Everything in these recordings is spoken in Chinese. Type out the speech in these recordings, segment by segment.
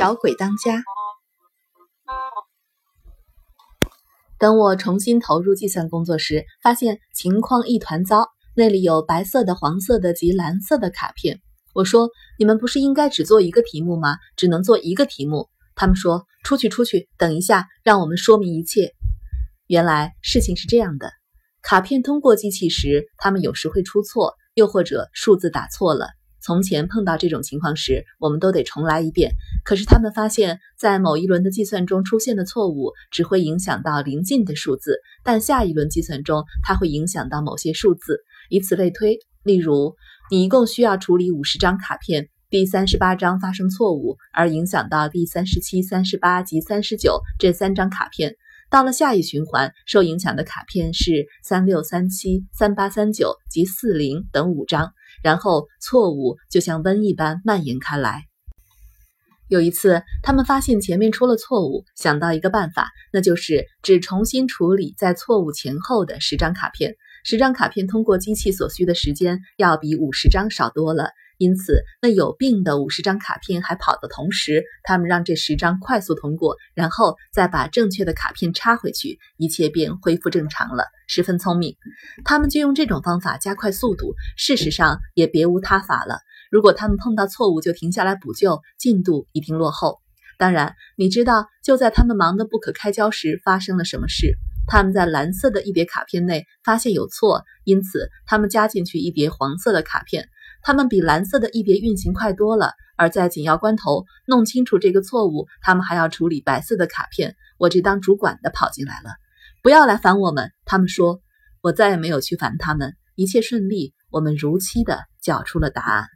找鬼当家。等我重新投入计算工作时，发现情况一团糟，那里有白色的、黄色的及蓝色的卡片。我说，你们不是应该只做一个题目吗？只能做一个题目。他们说，出去，等一下，让我们说明一切。原来事情是这样的，卡片通过机器时，他们有时会出错，又或者数字打错了。从前碰到这种情况时，我们都得重来一遍。可是他们发现，在某一轮的计算中出现的错误只会影响到邻近的数字，但下一轮计算中它会影响到某些数字，以此类推。例如，你一共需要处理50张卡片，第38张发生错误，而影响到第37、38及39这3张卡片。到了下一循环，受影响的卡片是36、37、38、39及40等5张，然后错误就像瘟疫般蔓延开来。有一次，他们发现前面出了错误，想到一个办法，那就是只重新处理在错误前后的10张卡片。10张卡片通过机器所需的时间要比50张少多了，因此那有病的50张卡片还跑的同时，他们让这10张快速通过，然后再把正确的卡片插回去，一切便恢复正常了，十分聪明。他们就用这种方法加快速度，事实上也别无他法了。如果他们碰到错误就停下来补救，进度一定落后。当然，你知道就在他们忙得不可开交时发生了什么事。他们在蓝色的一叠卡片内发现有错，因此他们加进去一叠黄色的卡片。他们比蓝色的一叠运行快多了，而在紧要关头弄清楚这个错误，他们还要处理白色的卡片。我这当主管的跑进来了，不要来烦我们，他们说。我再也没有去烦他们，一切顺利，我们如期的缴出了答案。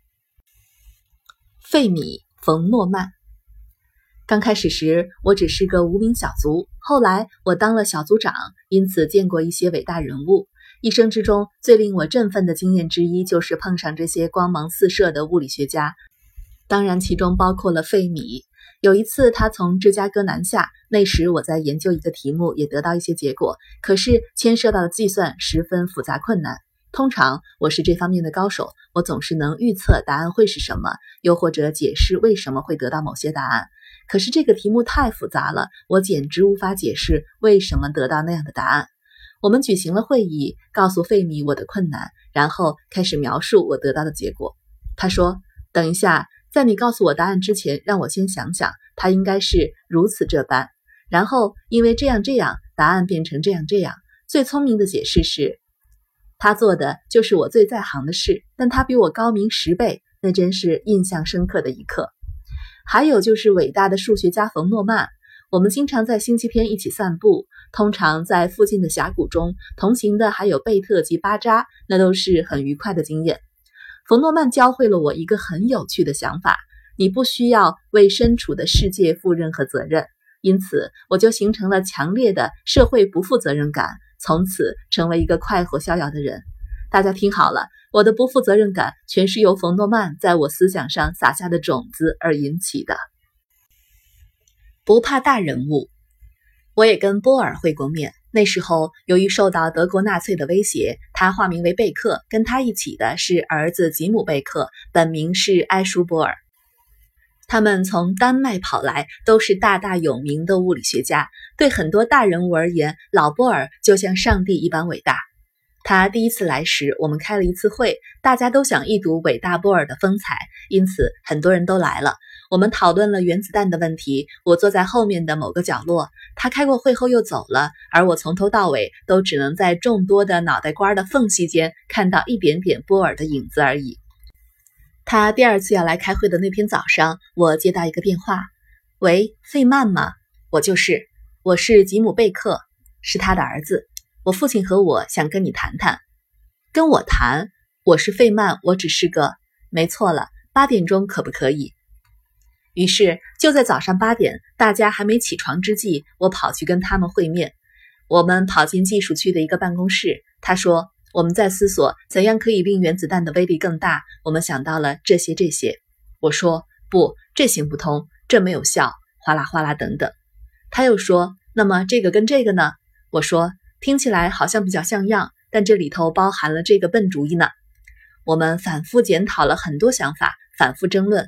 费米·冯诺曼。刚开始时，我只是个无名小卒，后来我当了小组长，因此见过一些伟大人物。一生之中最令我振奋的经验之一，就是碰上这些光芒四射的物理学家，当然其中包括了费米。有一次他从芝加哥南下，那时我在研究一个题目，也得到一些结果，可是牵涉到的计算十分复杂困难。通常我是这方面的高手，我总是能预测答案会是什么，又或者解释为什么会得到某些答案。可是这个题目太复杂了，我简直无法解释为什么得到那样的答案。我们举行了会议，告诉费米我的困难，然后开始描述我得到的结果。他说，等一下，在你告诉我答案之前，让我先想想，它应该是如此这般，然后因为这样，答案变成这样。最聪明的解释是，他做的就是我最在行的事，但他比我高明10倍，那真是印象深刻的一刻。还有就是伟大的数学家冯诺曼，我们经常在星期天一起散步，通常在附近的峡谷中，同行的还有贝特及巴扎，那都是很愉快的经验。冯诺曼教会了我一个很有趣的想法，你不需要为身处的世界负任何责任，因此我就形成了强烈的社会不负责任感，从此成为一个快活逍遥的人。大家听好了，我的不负责任感全是由冯诺曼在我思想上撒下的种子而引起的。不怕大人物。我也跟波尔会过面，那时候由于受到德国纳粹的威胁，他化名为贝克，跟他一起的是儿子吉姆·贝克，本名是埃舒波尔。他们从丹麦跑来，都是大大有名的物理学家，对很多大人物而言，老波尔就像上帝一般伟大。他第一次来时，我们开了一次会，大家都想一睹伟大波尔的风采，因此很多人都来了。我们讨论了原子弹的问题，我坐在后面的某个角落，他开过会后又走了，而我从头到尾都只能在众多的脑袋瓜的缝隙间看到一点点波尔的影子而已。他第二次要来开会的那天早上，我接到一个电话，喂，费曼吗？我是吉姆·贝克，是他的儿子。我父亲和我想跟你谈谈。跟我谈？我是费曼，我只是个……没错了，8点钟可不可以？于是就在早上8点，大家还没起床之际，我跑去跟他们会面。我们跑进技术区的一个办公室，他说，我们在思索怎样可以令原子弹的威力更大，我们想到了这些。我说，不，这行不通，这没有效，哗啦哗啦等等。他又说，那么这个跟这个呢？我说，听起来好像比较像样，但这里头包含了这个笨主意呢。我们反复检讨了很多想法，反复争论。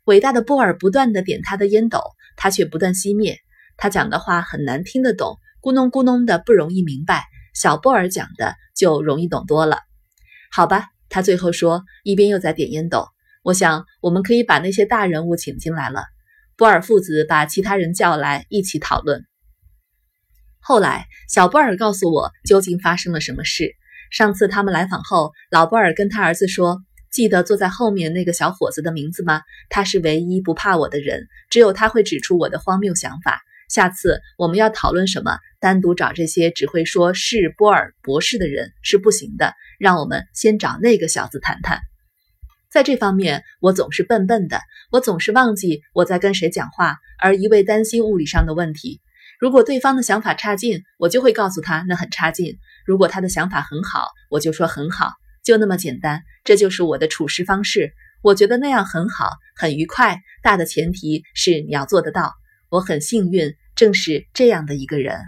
伟大的波尔不断地点他的烟斗，他却不断熄灭。他讲的话很难听得懂，咕哝咕哝的不容易明白，小波尔讲的就容易懂多了。好吧，他最后说，一边又在点烟斗。我想我们可以把那些大人物请进来了。波尔父子把其他人叫来一起讨论。后来小波尔告诉我究竟发生了什么事。上次他们来访后，老波尔跟他儿子说，记得坐在后面那个小伙子的名字吗？他是唯一不怕我的人，只有他会指出我的荒谬想法。下次我们要讨论什么，单独找这些只会说是波尔博士的人是不行的，让我们先找那个小子谈谈。在这方面我总是笨笨的，我总是忘记我在跟谁讲话，而一味担心物理上的问题。如果对方的想法差劲，我就会告诉他那很差劲；如果他的想法很好，我就说很好，就那么简单。这就是我的处事方式，我觉得那样很好，很愉快，大的前提是你要做得到。我很幸运，正是这样的一个人。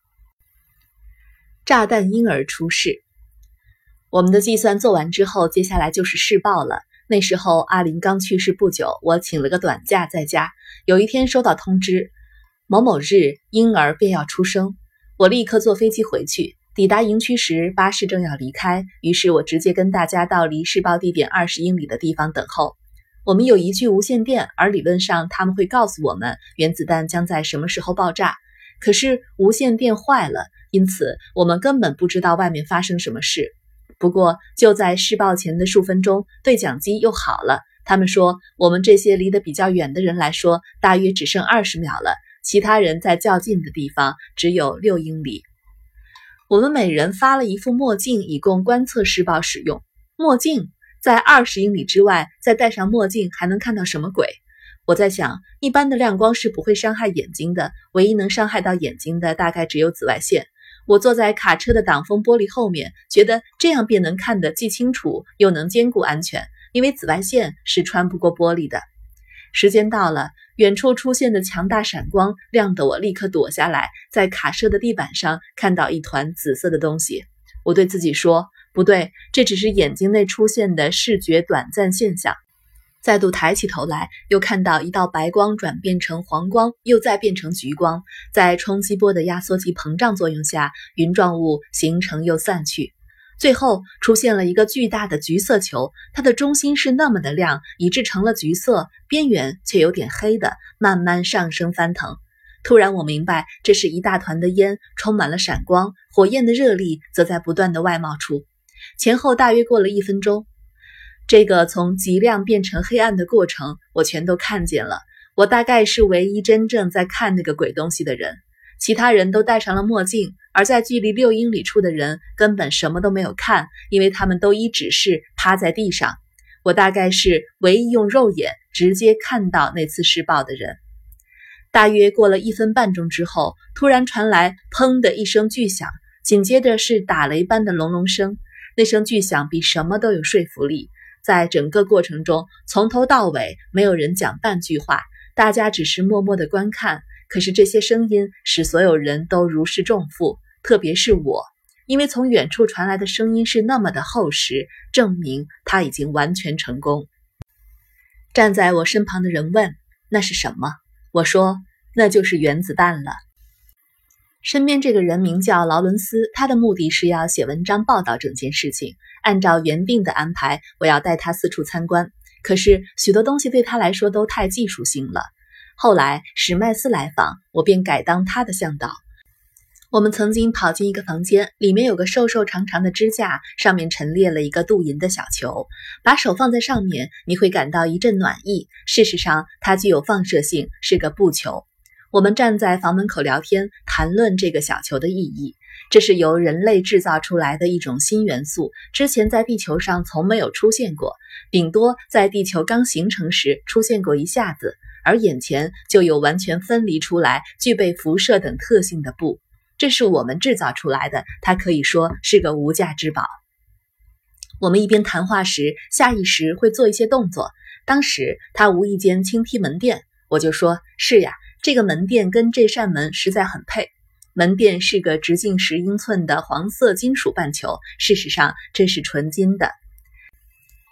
炸弹婴儿出世。我们的计算做完之后，接下来就是试报了。那时候阿林刚去世不久，我请了个短假在家。有一天收到通知，某某日婴儿便要出生。我立刻坐飞机回去，抵达营区时巴士正要离开，于是我直接跟大家到离试爆地点20英里的地方等候。我们有一具无线电，而理论上他们会告诉我们原子弹将在什么时候爆炸。可是无线电坏了，因此我们根本不知道外面发生什么事。不过就在试爆前的数分钟，对讲机又好了，他们说我们这些离得比较远的人来说，大约只剩20秒了，其他人在较近的地方只有6英里。我们每人发了一副墨镜，以供观测试爆使用。墨镜在20英里之外，再戴上墨镜还能看到什么鬼？我在想，一般的亮光是不会伤害眼睛的，唯一能伤害到眼睛的大概只有紫外线。我坐在卡车的挡风玻璃后面，觉得这样便能看得既清楚又能兼顾安全，因为紫外线是穿不过玻璃的。时间到了，远处出现的强大闪光亮得我立刻躲下来，在卡车的地板上看到一团紫色的东西。我对自己说，不对，这只是眼睛内出现的视觉短暂现象。再度抬起头来，又看到一道白光转变成黄光，又再变成橘光，在冲击波的压缩机膨胀作用下，云状物形成又散去。最后出现了一个巨大的橘色球，它的中心是那么的亮，以致成了橘色，边缘却有点黑的，慢慢上升翻腾。突然我明白，这是一大团的烟，充满了闪光，火焰的热力则在不断的外冒出。前后大约过了1分钟，这个从极亮变成黑暗的过程，我全都看见了。我大概是唯一真正在看那个鬼东西的人，其他人都戴上了墨镜，而在距离6英里处的人根本什么都没有看，因为他们都依指示趴在地上。我大概是唯一用肉眼直接看到那次试爆的人。大约过了1分半钟之后，突然传来砰的一声巨响，紧接着是打雷般的隆隆声。那声巨响比什么都有说服力。在整个过程中，从头到尾没有人讲半句话，大家只是默默地观看。可是这些声音使所有人都如释重负，特别是我，因为从远处传来的声音是那么的厚实，证明它已经完全成功。站在我身旁的人问：“那是什么？”我说：“那就是原子弹了。”身边这个人名叫劳伦斯，他的目的是要写文章报道整件事情。按照原定的安排，我要带他四处参观，可是许多东西对他来说都太技术性了。后来史麦斯来访，我便改当他的向导。我们曾经跑进一个房间，里面有个瘦瘦长长的支架，上面陈列了一个镀银的小球，把手放在上面，你会感到一阵暖意。事实上，它具有放射性，是个布球。我们站在房门口聊天，谈论这个小球的意义。这是由人类制造出来的一种新元素，之前在地球上从没有出现过，顶多在地球刚形成时出现过一下子，而眼前就有完全分离出来、具备辐射等特性的布。这是我们制造出来的，它可以说是个无价之宝。我们一边谈话时，下意识会做一些动作。当时他无意间轻踢门垫，我就说：“是呀，这个门垫跟这扇门实在很配。”门垫是个直径10英寸的黄色金属半球，事实上这是纯金的。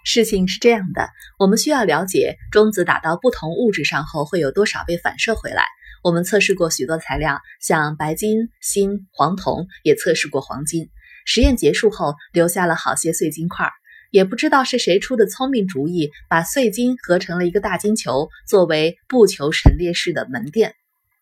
事情是这样的，我们需要了解中子打到不同物质上后会有多少被反射回来。我们测试过许多材料，像白金、锌、黄铜，也测试过黄金。实验结束后留下了好些碎金块，也不知道是谁出的聪明主意，把碎金合成了一个大金球，作为布球陈列室的门店。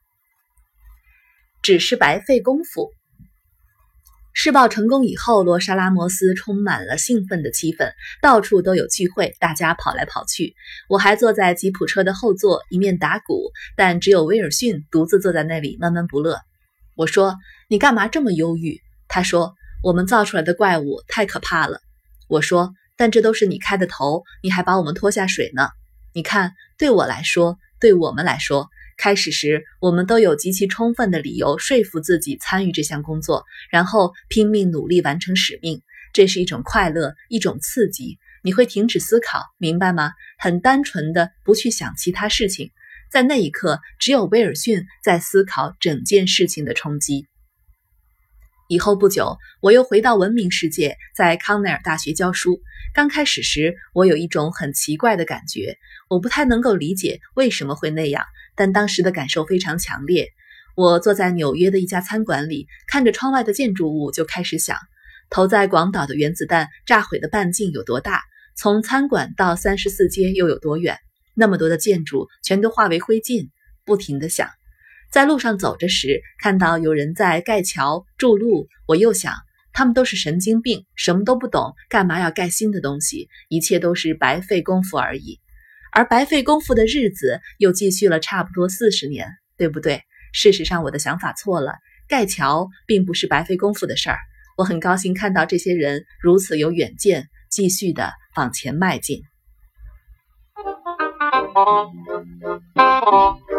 只是白费功夫。试爆成功以后，罗莎拉摩斯充满了兴奋的气氛，到处都有聚会，大家跑来跑去。我还坐在吉普车的后座，一面打鼓，但只有威尔逊独自坐在那里闷闷不乐。我说：“你干嘛这么忧郁？”他说：“我们造出来的怪物太可怕了。”我说：“但这都是你开的头，你还把我们拖下水呢。你看，对我来说，对我们来说，开始时我们都有极其充分的理由说服自己参与这项工作，然后拼命努力完成使命。这是一种快乐，一种刺激，你会停止思考，明白吗？很单纯的不去想其他事情。在那一刻，只有威尔逊在思考整件事情的冲击。以后不久，我又回到文明世界，在康奈尔大学教书。刚开始时，我有一种很奇怪的感觉，我不太能够理解为什么会那样，但当时的感受非常强烈。我坐在纽约的一家餐馆里，看着窗外的建筑物，就开始想，投在广岛的原子弹炸毁的半径有多大，从餐馆到34街又有多远，那么多的建筑全都化为灰烬，不停地想。在路上走着时，看到有人在盖桥筑路，我又想，他们都是神经病，什么都不懂，干嘛要盖新的东西？一切都是白费功夫而已。而白费功夫的日子又继续了差不多40年，对不对？事实上，我的想法错了，盖桥并不是白费功夫的事儿。我很高兴看到这些人如此有远见，继续的往前迈进。